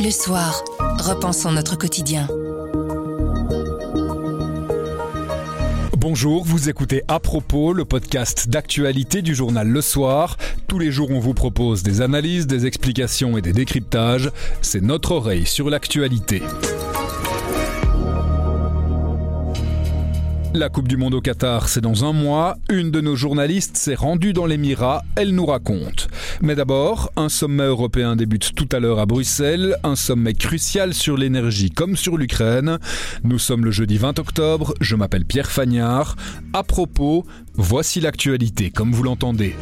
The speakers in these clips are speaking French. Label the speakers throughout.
Speaker 1: Le soir, repensons notre quotidien.
Speaker 2: Bonjour, vous écoutez À propos, le podcast d'actualité du journal Le Soir. Tous les jours, on vous propose des analyses, des explications et des décryptages. C'est notre oreille sur l'actualité. La Coupe du Monde au Qatar, c'est dans un mois. Une de nos journalistes s'est rendue dans l'Émirat. Elle nous raconte. Mais d'abord, un sommet européen débute tout à l'heure à Bruxelles. Un sommet crucial sur l'énergie comme sur l'Ukraine. Nous sommes le jeudi 20 octobre. Je m'appelle Pierre Fagnard. À propos, voici l'actualité comme vous l'entendez.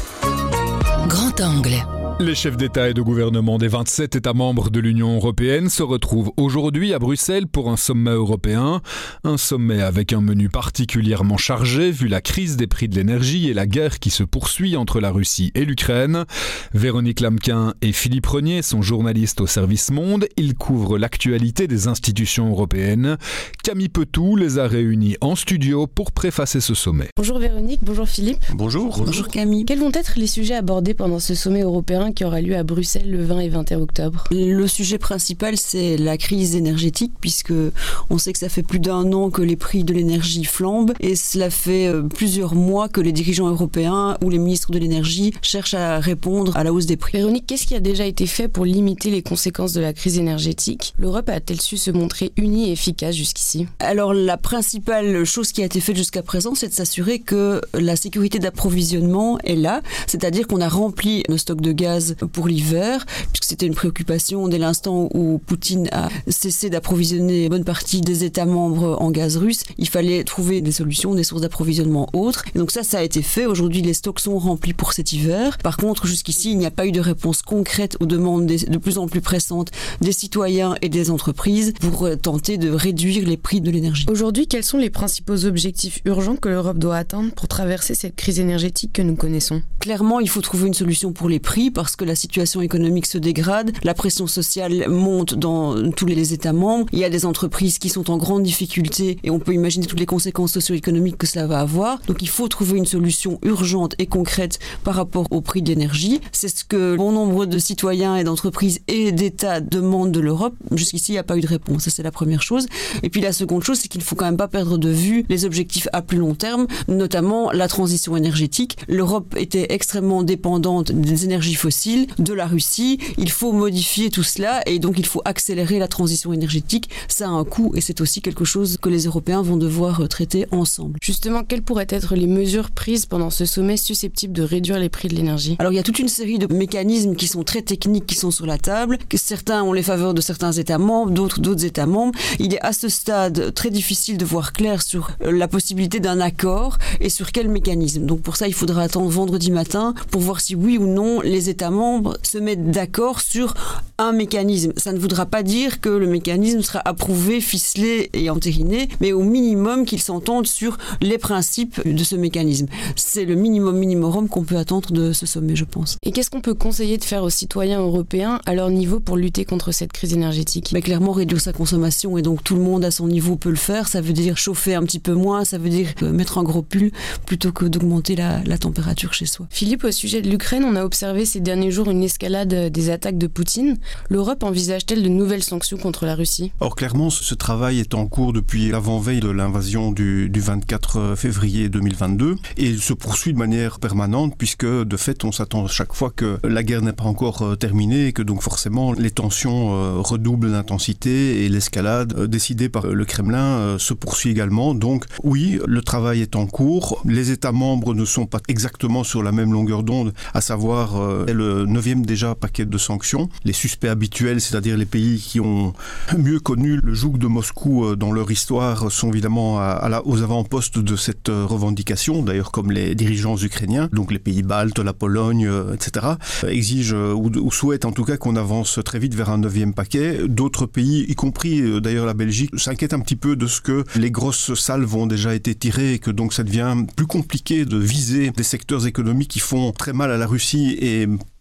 Speaker 1: Grand angle.
Speaker 2: Les chefs d'État et de gouvernement des 27 États membres de l'Union européenne se retrouvent aujourd'hui à Bruxelles pour un sommet européen. Un sommet avec un menu particulièrement chargé vu la crise des prix de l'énergie et la guerre qui se poursuit entre la Russie et l'Ukraine. Véronique Lamquin et Philippe Renier sont journalistes au service Monde. Ils couvrent l'actualité des institutions européennes. Camille Petou les a réunis en studio pour préfacer ce sommet.
Speaker 3: Bonjour Véronique, bonjour Philippe.
Speaker 4: Bonjour.
Speaker 3: Bonjour Camille. Quels vont être les sujets abordés pendant ce sommet européen qui aura lieu à Bruxelles le 20 et 21 octobre.
Speaker 5: Le sujet principal, c'est la crise énergétique, puisque on sait que ça fait plus d'un an que les prix de l'énergie flambent, et cela fait plusieurs mois que les dirigeants européens ou les ministres de l'énergie cherchent à répondre à la hausse des prix.
Speaker 3: Véronique, qu'est-ce qui a déjà été fait pour limiter les conséquences de la crise énergétique ? L'Europe a-t-elle su se montrer unie et efficace jusqu'ici ?
Speaker 5: Alors, la principale chose qui a été faite jusqu'à présent, c'est de s'assurer que la sécurité d'approvisionnement est là, c'est-à-dire qu'on a rempli nos stocks de gaz pour l'hiver, puisque c'était une préoccupation dès l'instant où Poutine a cessé d'approvisionner une bonne partie des États membres en gaz russe. Il fallait trouver des solutions, des sources d'approvisionnement autres. Et donc ça a été fait. Aujourd'hui, les stocks sont remplis pour cet hiver. Par contre, jusqu'ici, il n'y a pas eu de réponse concrète aux demandes de plus en plus pressantes des citoyens et des entreprises pour tenter de réduire les prix de l'énergie.
Speaker 3: Aujourd'hui, quels sont les principaux objectifs urgents que l'Europe doit atteindre pour traverser cette crise énergétique que nous connaissons ?
Speaker 5: Clairement, il faut trouver une solution pour les prix parce que la situation économique se dégrade, la pression sociale monte dans tous les États membres, il y a des entreprises qui sont en grande difficulté et on peut imaginer toutes les conséquences socio-économiques que cela va avoir. Donc il faut trouver une solution urgente et concrète par rapport au prix de l'énergie. C'est ce que bon nombre de citoyens et d'entreprises et d'États demandent de l'Europe. Jusqu'ici, il n'y a pas eu de réponse. Ça, c'est la première chose. Et puis la seconde chose, c'est qu'il ne faut quand même pas perdre de vue les objectifs à plus long terme, notamment la transition énergétique. L'Europe était extrêmement dépendante des énergies fossiles, de la Russie. Il faut modifier tout cela et donc il faut accélérer la transition énergétique. Ça a un coût et c'est aussi quelque chose que les Européens vont devoir traiter ensemble.
Speaker 3: Justement, quelles pourraient être les mesures prises pendant ce sommet susceptibles de réduire les prix de l'énergie ?
Speaker 5: Alors il y a toute une série de mécanismes qui sont très techniques qui sont sur la table, que certains ont les faveurs de certains États membres, d'autres États membres. Il est à ce stade très difficile de voir clair sur la possibilité d'un accord et sur quel mécanisme. Donc pour ça, il faudra attendre vendredi matin pour voir si oui ou non les États membres se mettre d'accord sur un mécanisme. Ça ne voudra pas dire que le mécanisme sera approuvé, ficelé et entériné, mais au minimum qu'ils s'entendent sur les principes de ce mécanisme. C'est le minimum qu'on peut attendre de ce sommet, je pense.
Speaker 3: Et qu'est-ce qu'on peut conseiller de faire aux citoyens européens à leur niveau pour lutter contre cette crise énergétique ?
Speaker 5: Mais clairement, réduire sa consommation et donc tout le monde à son niveau peut le faire. Ça veut dire chauffer un petit peu moins, ça veut dire mettre un gros pull plutôt que d'augmenter la température chez soi.
Speaker 3: Philippe, au sujet de l'Ukraine, on a observé ces derniers jours une escalade des attaques de Poutine. L'Europe envisage-t-elle de nouvelles sanctions contre la Russie ?
Speaker 4: Or clairement, ce travail est en cours depuis l'avant-veille de l'invasion du 24 février 2022 et il se poursuit de manière permanente puisque de fait on s'attend chaque fois que la guerre n'est pas encore terminée et que donc forcément les tensions redoublent d'intensité et l'escalade décidée par le Kremlin se poursuit également. Donc oui, le travail est en cours. Les États membres ne sont pas exactement sur la même longueur d'onde, à savoir le 9e déjà paquet de sanctions. Les suspects habituels, c'est-à-dire les pays qui ont mieux connu le joug de Moscou dans leur histoire, sont évidemment aux avant-postes de cette revendication, d'ailleurs comme les dirigeants ukrainiens, donc les pays baltes, la Pologne, etc., exigent ou souhaitent en tout cas qu'on avance très vite vers un 9e paquet. D'autres pays, y compris d'ailleurs la Belgique, s'inquiètent un petit peu de ce que les grosses salves ont déjà été tirées et que donc ça devient plus compliqué de viser des secteurs économiques qui font très mal à la Russie et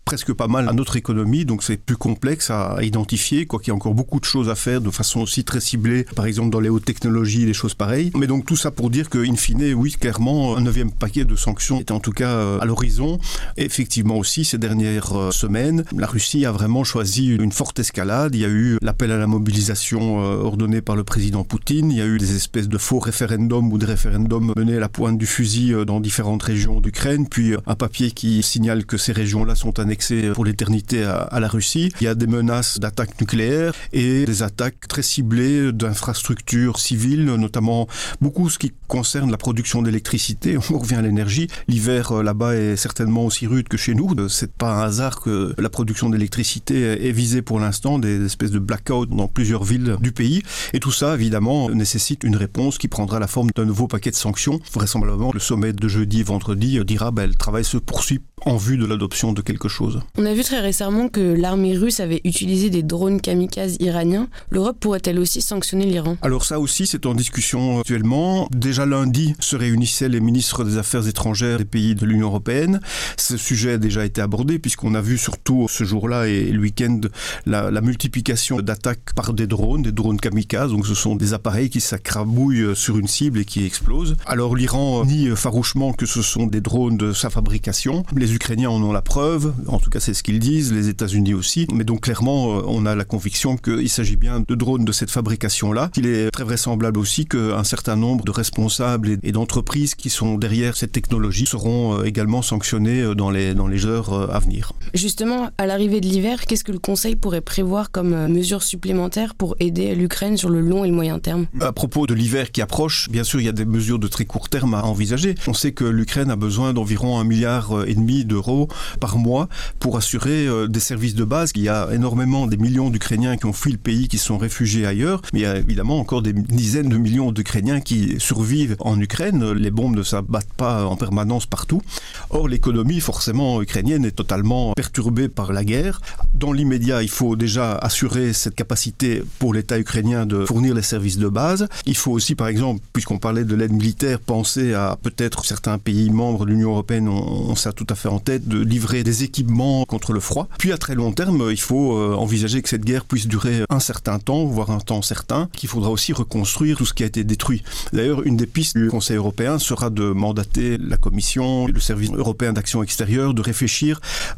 Speaker 4: presque pas mal à notre économie, donc c'est plus complexe à identifier, quoi qu'il y a encore beaucoup de choses à faire de façon aussi très ciblée, par exemple dans les hautes technologies, des choses pareilles. Mais donc tout ça pour dire que, in fine, oui, clairement, un 9e paquet de sanctions est en tout cas à l'horizon. Et effectivement aussi, ces dernières semaines, la Russie a vraiment choisi une forte escalade. Il y a eu l'appel à la mobilisation ordonné par le président Poutine. Il y a eu des espèces de faux référendums ou des référendums menés à la pointe du fusil dans différentes régions d'Ukraine. Puis un papier qui signale que ces régions-là sont annexées pour l'éternité à la Russie. Il y a des menaces d'attaques nucléaires et des attaques très ciblées d'infrastructures civiles, notamment beaucoup ce qui concerne la production d'électricité. On revient à l'énergie. L'hiver là-bas est certainement aussi rude que chez nous. C'est pas un hasard que la production d'électricité est visée pour l'instant, des espèces de blackouts dans plusieurs villes du pays. Et tout ça, évidemment, nécessite une réponse qui prendra la forme d'un nouveau paquet de sanctions. Vraisemblablement, le sommet de jeudi et vendredi dira le travail se poursuit en vue de l'adoption de quelque chose.
Speaker 3: On a vu très récemment que l'armée russe avait utilisé des drones kamikazes iraniens. L'Europe pourrait-elle aussi sanctionner l'Iran ?
Speaker 4: Alors ça aussi, c'est en discussion actuellement. Déjà lundi se réunissaient les ministres des Affaires étrangères des pays de l'Union européenne. Ce sujet a déjà été abordé puisqu'on a vu surtout ce jour-là et le week-end la multiplication d'attaques par des drones kamikazes. Donc ce sont des appareils qui s'accrabouillent sur une cible et qui explosent. Alors l'Iran nie farouchement que ce sont des drones de sa fabrication. Les Ukrainiens en ont la preuve, en tout cas c'est ce qu'ils disent, les États-Unis aussi. Mais donc clairement, on a la conviction qu'il s'agit bien de drones de cette fabrication-là. Il est très vraisemblable aussi qu'un certain nombre de responsables et d'entreprises qui sont derrière cette technologie seront également sanctionnés dans les heures à venir.
Speaker 3: Justement, à l'arrivée de l'hiver, qu'est-ce que le Conseil pourrait prévoir comme mesures supplémentaires pour aider l'Ukraine sur le long et le moyen terme ?
Speaker 4: À propos de l'hiver qui approche, bien sûr, il y a des mesures de très court terme à envisager. On sait que l'Ukraine a besoin d'environ 1,5 milliard d'euros par mois pour assurer des services de base. Il y a énormément des millions d'Ukrainiens qui ont fui le pays, qui sont réfugiés ailleurs, mais il y a évidemment encore des dizaines de millions d'Ukrainiens qui survivent en Ukraine. Les bombes ne s'abattent pas en permanence partout. Or, l'économie forcément ukrainienne est totalement perturbée par la guerre. Dans l'immédiat, il faut déjà assurer cette capacité pour l'État ukrainien de fournir les services de base. Il faut aussi, par exemple, puisqu'on parlait de l'aide militaire, penser à peut-être certains pays membres de l'Union européenne ont ça tout à fait en tête, de livrer des équipements contre le froid. Puis à très long terme, il faut envisager que cette guerre puisse durer un certain temps, voire un temps certain, qu'il faudra aussi reconstruire tout ce qui a été détruit. D'ailleurs, une des pistes du Conseil européen sera de mandater la Commission, le Service européen d'action extérieure, de réfléchir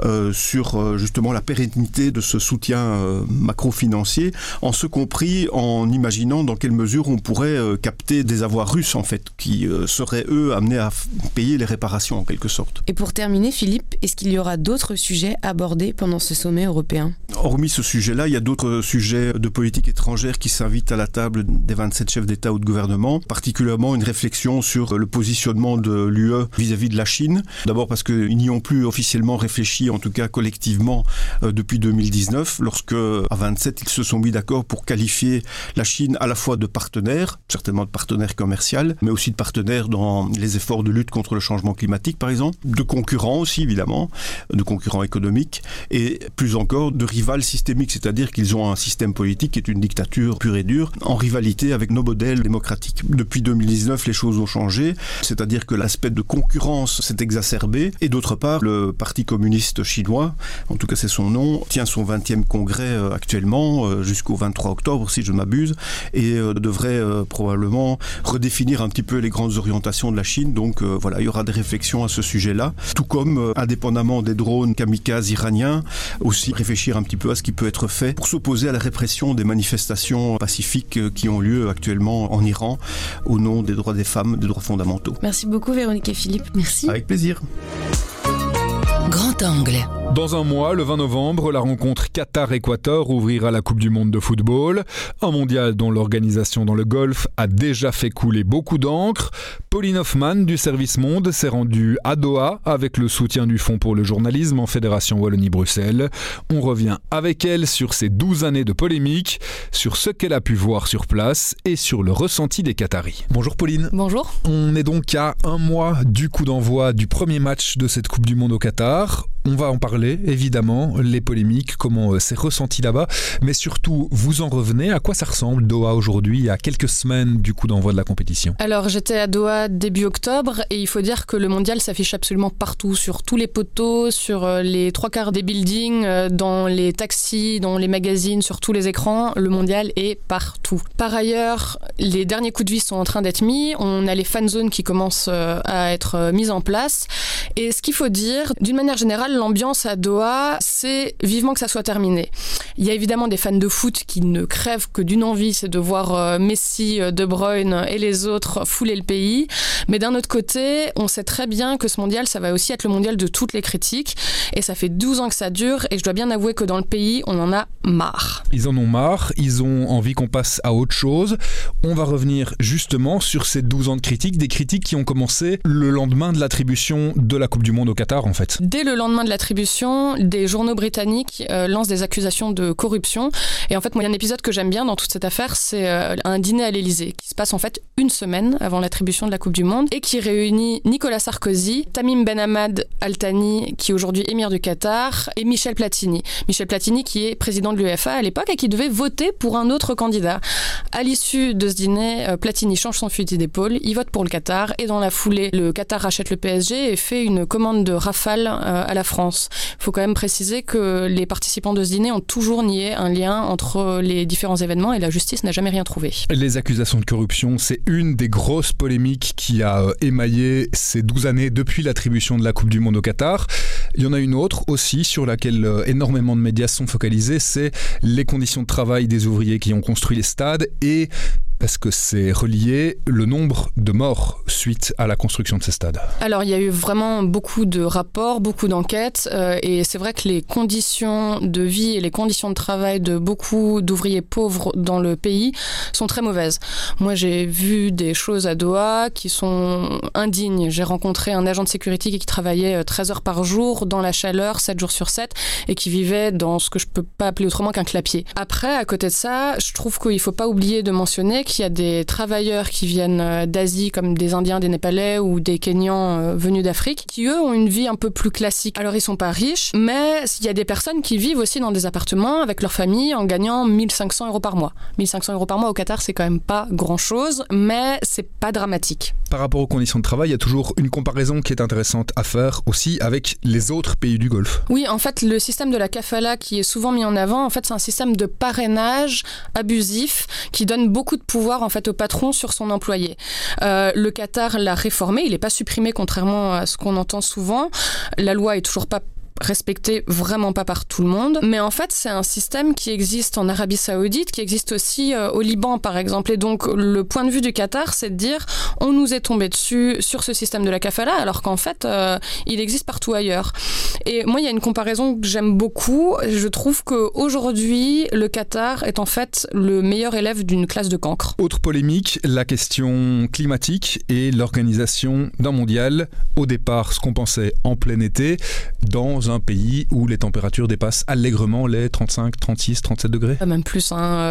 Speaker 4: sur justement la pérennité de ce soutien macro-financier, en ce compris en imaginant dans quelle mesure on pourrait capter des avoirs russes en fait, qui seraient eux amenés à payer les réparations en quelque sorte.
Speaker 3: Et pour terminer, Philippe, est-ce qu'il y aura d'autres sujets abordés pendant ce sommet européen ?
Speaker 4: Hormis ce sujet-là, il y a d'autres sujets de politique étrangère qui s'invitent à la table des 27 chefs d'État ou de gouvernement, particulièrement une réflexion sur le positionnement de l'UE vis-à-vis de la Chine. D'abord parce qu'ils n'y ont plus officiellement réfléchi, en tout cas collectivement, depuis 2019, lorsque à 27 ils se sont mis d'accord pour qualifier la Chine à la fois de partenaire, certainement de partenaire commercial, mais aussi de partenaire dans les efforts de lutte contre le changement climatique par exemple, de concurrent aussi évidemment, de concurrent économique, et plus encore de rival systémique, c'est-à-dire qu'ils ont un système politique qui est une dictature pure et dure, en rivalité avec nos modèles démocratiques. Depuis 2019, les choses ont changé, c'est-à-dire que l'aspect de concurrence s'est exacerbé, et d'autre part, le Parti communiste chinois, en tout cas c'est son nom, tient son 20e congrès actuellement, jusqu'au 23 octobre si je ne m'abuse, et devrait probablement redéfinir un petit peu les grandes orientations de la Chine, donc voilà, il y aura des réflexions à ce sujet-là, tout comme, indépendamment des drones kamikazes iraniens, aussi réfléchir un petit peu à ce qui peut être fait pour s'opposer à la répression des manifestations pacifiques qui ont lieu actuellement en Iran au nom des droits des femmes, des droits fondamentaux.
Speaker 3: Merci beaucoup Véronique et Philippe.
Speaker 5: Merci.
Speaker 4: Avec plaisir.
Speaker 1: Grand angle.
Speaker 2: Dans un mois, le 20 novembre, la rencontre Qatar-Équateur ouvrira la Coupe du Monde de football. Un mondial dont l'organisation dans le Golfe a déjà fait couler beaucoup d'encre. Pauline Hoffmann du Service Monde s'est rendue à Doha avec le soutien du Fonds pour le journalisme en Fédération Wallonie-Bruxelles. On revient avec elle sur ces 12 années de polémique, sur ce qu'elle a pu voir sur place et sur le ressenti des Qataris. Bonjour Pauline.
Speaker 6: Bonjour.
Speaker 2: On est donc à un mois du coup d'envoi du premier match de cette Coupe du Monde au Qatar. On va en parler, évidemment, les polémiques, comment c'est ressenti là-bas, mais surtout, vous en revenez, à quoi ça ressemble Doha aujourd'hui, il y a quelques semaines du coup d'envoi de la compétition?
Speaker 3: Alors j'étais à Doha début octobre et il faut dire que le mondial s'affiche absolument partout, sur tous les poteaux, sur les 3/4 des buildings, dans les taxis, dans les magazines, sur tous les écrans, le mondial est partout. Par ailleurs, les derniers coups de vis sont en train d'être mis, on a les fan zones qui commencent à être mises en place et ce qu'il faut dire, d'une manière générale, l'ambiance à Doha, c'est vivement que ça soit terminé. Il y a évidemment des fans de foot qui ne crèvent que d'une envie, c'est de voir Messi, De Bruyne et les autres fouler le pays. Mais d'un autre côté, on sait très bien que ce mondial, ça va aussi être le mondial de toutes les critiques. Et ça fait 12 ans que ça dure. Et je dois bien avouer que dans le pays, on en a marre.
Speaker 2: Ils en ont marre, ils ont envie qu'on passe à autre chose. On va revenir justement sur ces 12 ans de critiques, des critiques qui ont commencé le lendemain de l'attribution de la Coupe du Monde au Qatar en fait.
Speaker 3: Dès le lendemain de l'attribution, des journaux britanniques lancent des accusations de corruption. Et en fait, moi, il y a un épisode que j'aime bien dans toute cette affaire, c'est un dîner à l'Élysée qui se passe en fait une semaine avant l'attribution de la Coupe du Monde et qui réunit Nicolas Sarkozy, Tamim Ben Hamad Al Thani, qui est aujourd'hui émir du Qatar, et Michel Platini. Michel Platini qui est président de l'UEFA à l'époque et qui devait voter pour un autre candidat. À l'issue de ce dîner, Platini change son fusil d'épaule, il vote pour le Qatar et dans la foulée, le Qatar rachète le PSG et fait une commande de Rafale à la France. Il faut quand même préciser que les participants de ce dîner ont toujours nié un lien entre les différents événements et la justice n'a jamais rien trouvé.
Speaker 2: Les accusations de corruption, c'est une des grosses polémiques qui a émaillé ces 12 années depuis l'attribution de la Coupe du Monde au Qatar. Il y en a une autre aussi sur laquelle énormément de médias sont focalisés, c'est les conditions de travail des ouvriers qui ont construit les stades et parce que c'est relié le nombre de morts suite à la construction de ces stades.
Speaker 3: Alors il y a eu vraiment beaucoup de rapports, beaucoup d'enquêtes et c'est vrai que les conditions de vie et les conditions de travail de beaucoup d'ouvriers pauvres dans le pays sont très mauvaises. Moi j'ai vu des choses à Doha qui sont indignes. J'ai rencontré un agent de sécurité qui travaillait 13 heures par jour dans la chaleur, 7 jours sur 7 et qui vivait dans ce que je peux pas appeler autrement qu'un clapier. Après, à côté de ça, je trouve qu'il faut pas oublier de mentionner qu'il y a des travailleurs qui viennent d'Asie comme des Indiens, des Népalais ou des Kenyans venus d'Afrique qui eux ont une vie un peu plus classique. Alors ils sont pas riches, mais il y a des personnes qui vivent aussi dans des appartements avec leur famille en gagnant 1500 € par mois. 1500 € par mois au Qatar, c'est quand même pas grand chose, mais c'est pas dramatique.
Speaker 2: Par rapport aux conditions de travail, il y a toujours une comparaison qui est intéressante à faire aussi avec les autres pays du Golfe.
Speaker 3: Oui, en fait, le système de la kafala qui est souvent mis en avant, en fait, c'est un système de parrainage abusif qui donne beaucoup de pouvoir en fait au patron sur son employé. Le Qatar l'a réformé, il n'est pas supprimé contrairement à ce qu'on entend souvent. La loi est toujours pas respecté vraiment pas par tout le monde, mais en fait c'est un système qui existe en Arabie Saoudite, qui existe aussi au Liban par exemple, et donc le point de vue du Qatar c'est de dire on nous est tombé dessus sur ce système de la kafala alors qu'en fait il existe partout ailleurs. Et moi il y a une comparaison que j'aime beaucoup, je trouve qu'aujourd'hui le Qatar est en fait le meilleur élève d'une classe de cancre.
Speaker 2: Autre polémique, la question climatique et l'organisation d'un mondial, au départ ce qu'on pensait en plein été, dans un pays où les températures dépassent allègrement les 35, 36, 37 degrés.
Speaker 3: Même plus.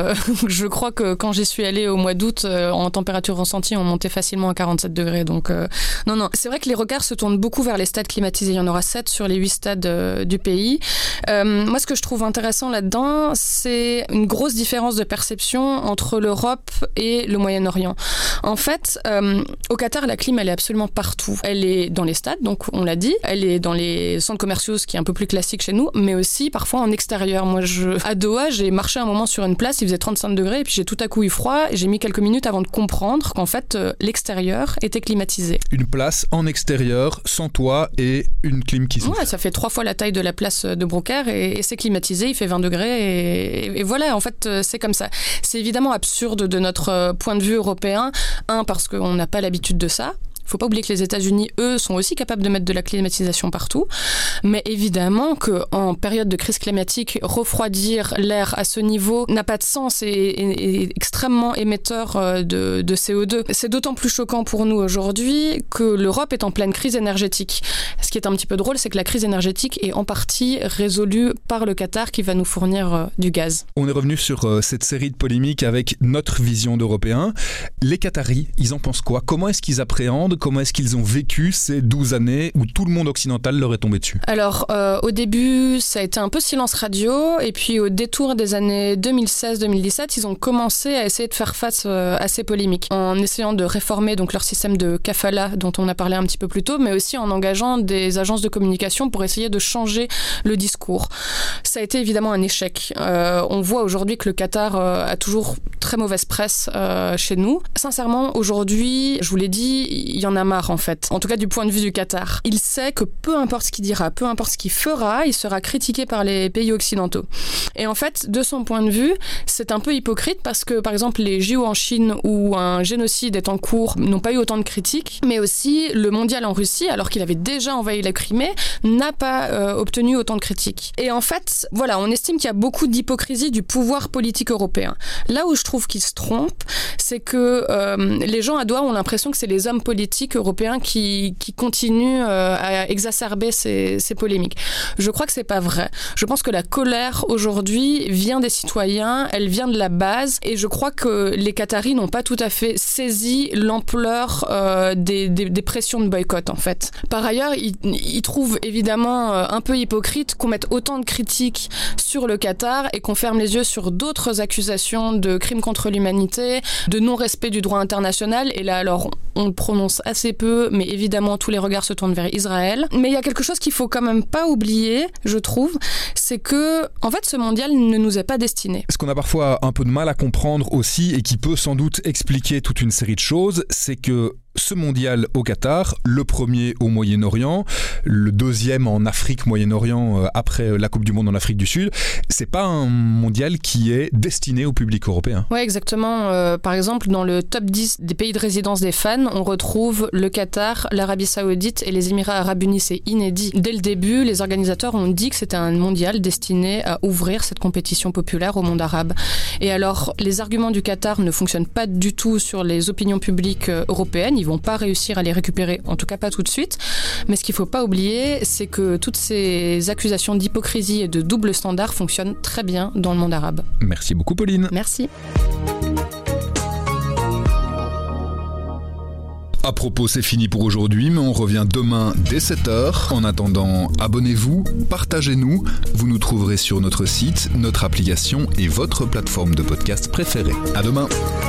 Speaker 3: Je crois que quand j'y suis allée au mois d'août, en température ressentie, on montait facilement à 47 degrés. Donc, non. C'est vrai que les regards se tournent beaucoup vers les stades climatisés. Il y en aura 7 sur les 8 stades du pays. Moi, ce que je trouve intéressant là-dedans, c'est une grosse différence de perception entre l'Europe et le Moyen-Orient. En fait, au Qatar, la clim, elle est absolument partout. Elle est dans les stades, donc on l'a dit. Elle est dans les centres commerciaux, ce qui est un peu plus classique chez nous, mais aussi parfois en extérieur. Moi, à Doha, j'ai marché un moment sur une place, il faisait 35 degrés, et puis j'ai tout à coup eu froid, et j'ai mis quelques minutes avant de comprendre qu'en fait, l'extérieur était climatisé.
Speaker 2: Une place en extérieur, sans toit, et une clim qui souffle.
Speaker 3: Ouais, ça fait 3 fois la taille de la place de Brocaire, et c'est climatisé, il fait 20 degrés, et voilà, en fait, c'est comme ça. C'est évidemment absurde de notre point de vue européen, parce qu'on n'a pas l'habitude de ça. Il ne faut pas oublier que les États-Unis, eux, sont aussi capables de mettre de la climatisation partout. Mais évidemment qu'en période de crise climatique, refroidir l'air à ce niveau n'a pas de sens et est extrêmement émetteur de CO2. C'est d'autant plus choquant pour nous aujourd'hui que l'Europe est en pleine crise énergétique. Ce qui est un petit peu drôle, c'est que la crise énergétique est en partie résolue par le Qatar qui va nous fournir du gaz.
Speaker 2: On est revenu sur cette série de polémiques avec notre vision d'Européens. Les Qataris, ils en pensent quoi ? Comment est-ce qu'ils appréhendent monde, comment est-ce qu'ils ont vécu ces 12 années où tout le monde occidental leur est tombé dessus?
Speaker 3: Alors, au début, ça a été un peu silence radio, et puis au détour des années 2016-2017, ils ont commencé à essayer de faire face à ces polémiques, en essayant de réformer donc leur système de kafala, dont on a parlé un petit peu plus tôt, mais aussi en engageant des agences de communication pour essayer de changer le discours. Ça a été évidemment un échec. On voit aujourd'hui que le Qatar a toujours très mauvaise presse chez nous. Sincèrement, aujourd'hui, je vous l'ai dit, il y en a marre en fait. En tout cas, du point de vue du Qatar. Il sait que peu importe ce qu'il dira, peu importe ce qu'il fera, il sera critiqué par les pays occidentaux. Et en fait, de son point de vue, c'est un peu hypocrite parce que, par exemple, les JO en Chine où un génocide est en cours n'ont pas eu autant de critiques, mais aussi le mondial en Russie, alors qu'il avait déjà envahi la Crimée, n'a pas obtenu autant de critiques. Et en fait, voilà, on estime qu'il y a beaucoup d'hypocrisie du pouvoir politique européen. Là où je trouve qu'il se trompe, c'est que les gens à Doha ont l'impression que c'est les hommes politiques européens qui continuent à exacerber ces polémiques. Je crois que c'est pas vrai. Je pense que la colère aujourd'hui vient des citoyens, elle vient de la base, et je crois que les Qataris n'ont pas tout à fait saisi l'ampleur des pressions de boycott en fait. Par ailleurs, ils trouvent évidemment un peu hypocrite qu'on mette autant de critiques sur le Qatar et qu'on ferme les yeux sur d'autres accusations de crimes contre l'humanité, de non-respect du droit international. Et là, alors, on le prononce assez peu, mais évidemment, tous les regards se tournent vers Israël. Mais il y a quelque chose qu'il faut quand même pas oublier, je trouve, c'est que, en fait, ce mondial ne nous est pas destiné.
Speaker 2: Ce qu'on a parfois un peu de mal à comprendre aussi, et qui peut sans doute expliquer toute une série de choses, c'est que ce mondial au Qatar, le premier au Moyen-Orient, le deuxième en Afrique, Moyen-Orient, après la Coupe du Monde en Afrique du Sud, c'est pas un mondial qui est destiné au public européen.
Speaker 3: Oui, exactement. Par exemple, dans le top 10 des pays de résidence des fans, on retrouve le Qatar, l'Arabie Saoudite et les Émirats Arabes Unis. C'est inédit. Dès le début, les organisateurs ont dit que c'était un mondial destiné à ouvrir cette compétition populaire au monde arabe. Et alors, les arguments du Qatar ne fonctionnent pas du tout sur les opinions publiques européennes. Ils vont pas réussir à les récupérer, en tout cas pas tout de suite. Mais ce qu'il faut pas oublier, c'est que toutes ces accusations d'hypocrisie et de double standard fonctionnent très bien dans le monde arabe.
Speaker 2: Merci beaucoup, Pauline.
Speaker 3: Merci.
Speaker 2: À propos, c'est fini pour aujourd'hui, mais on revient demain dès 7h. En attendant, abonnez-vous, partagez-nous. Vous nous trouverez sur notre site, notre application et votre plateforme de podcast préférée. À demain.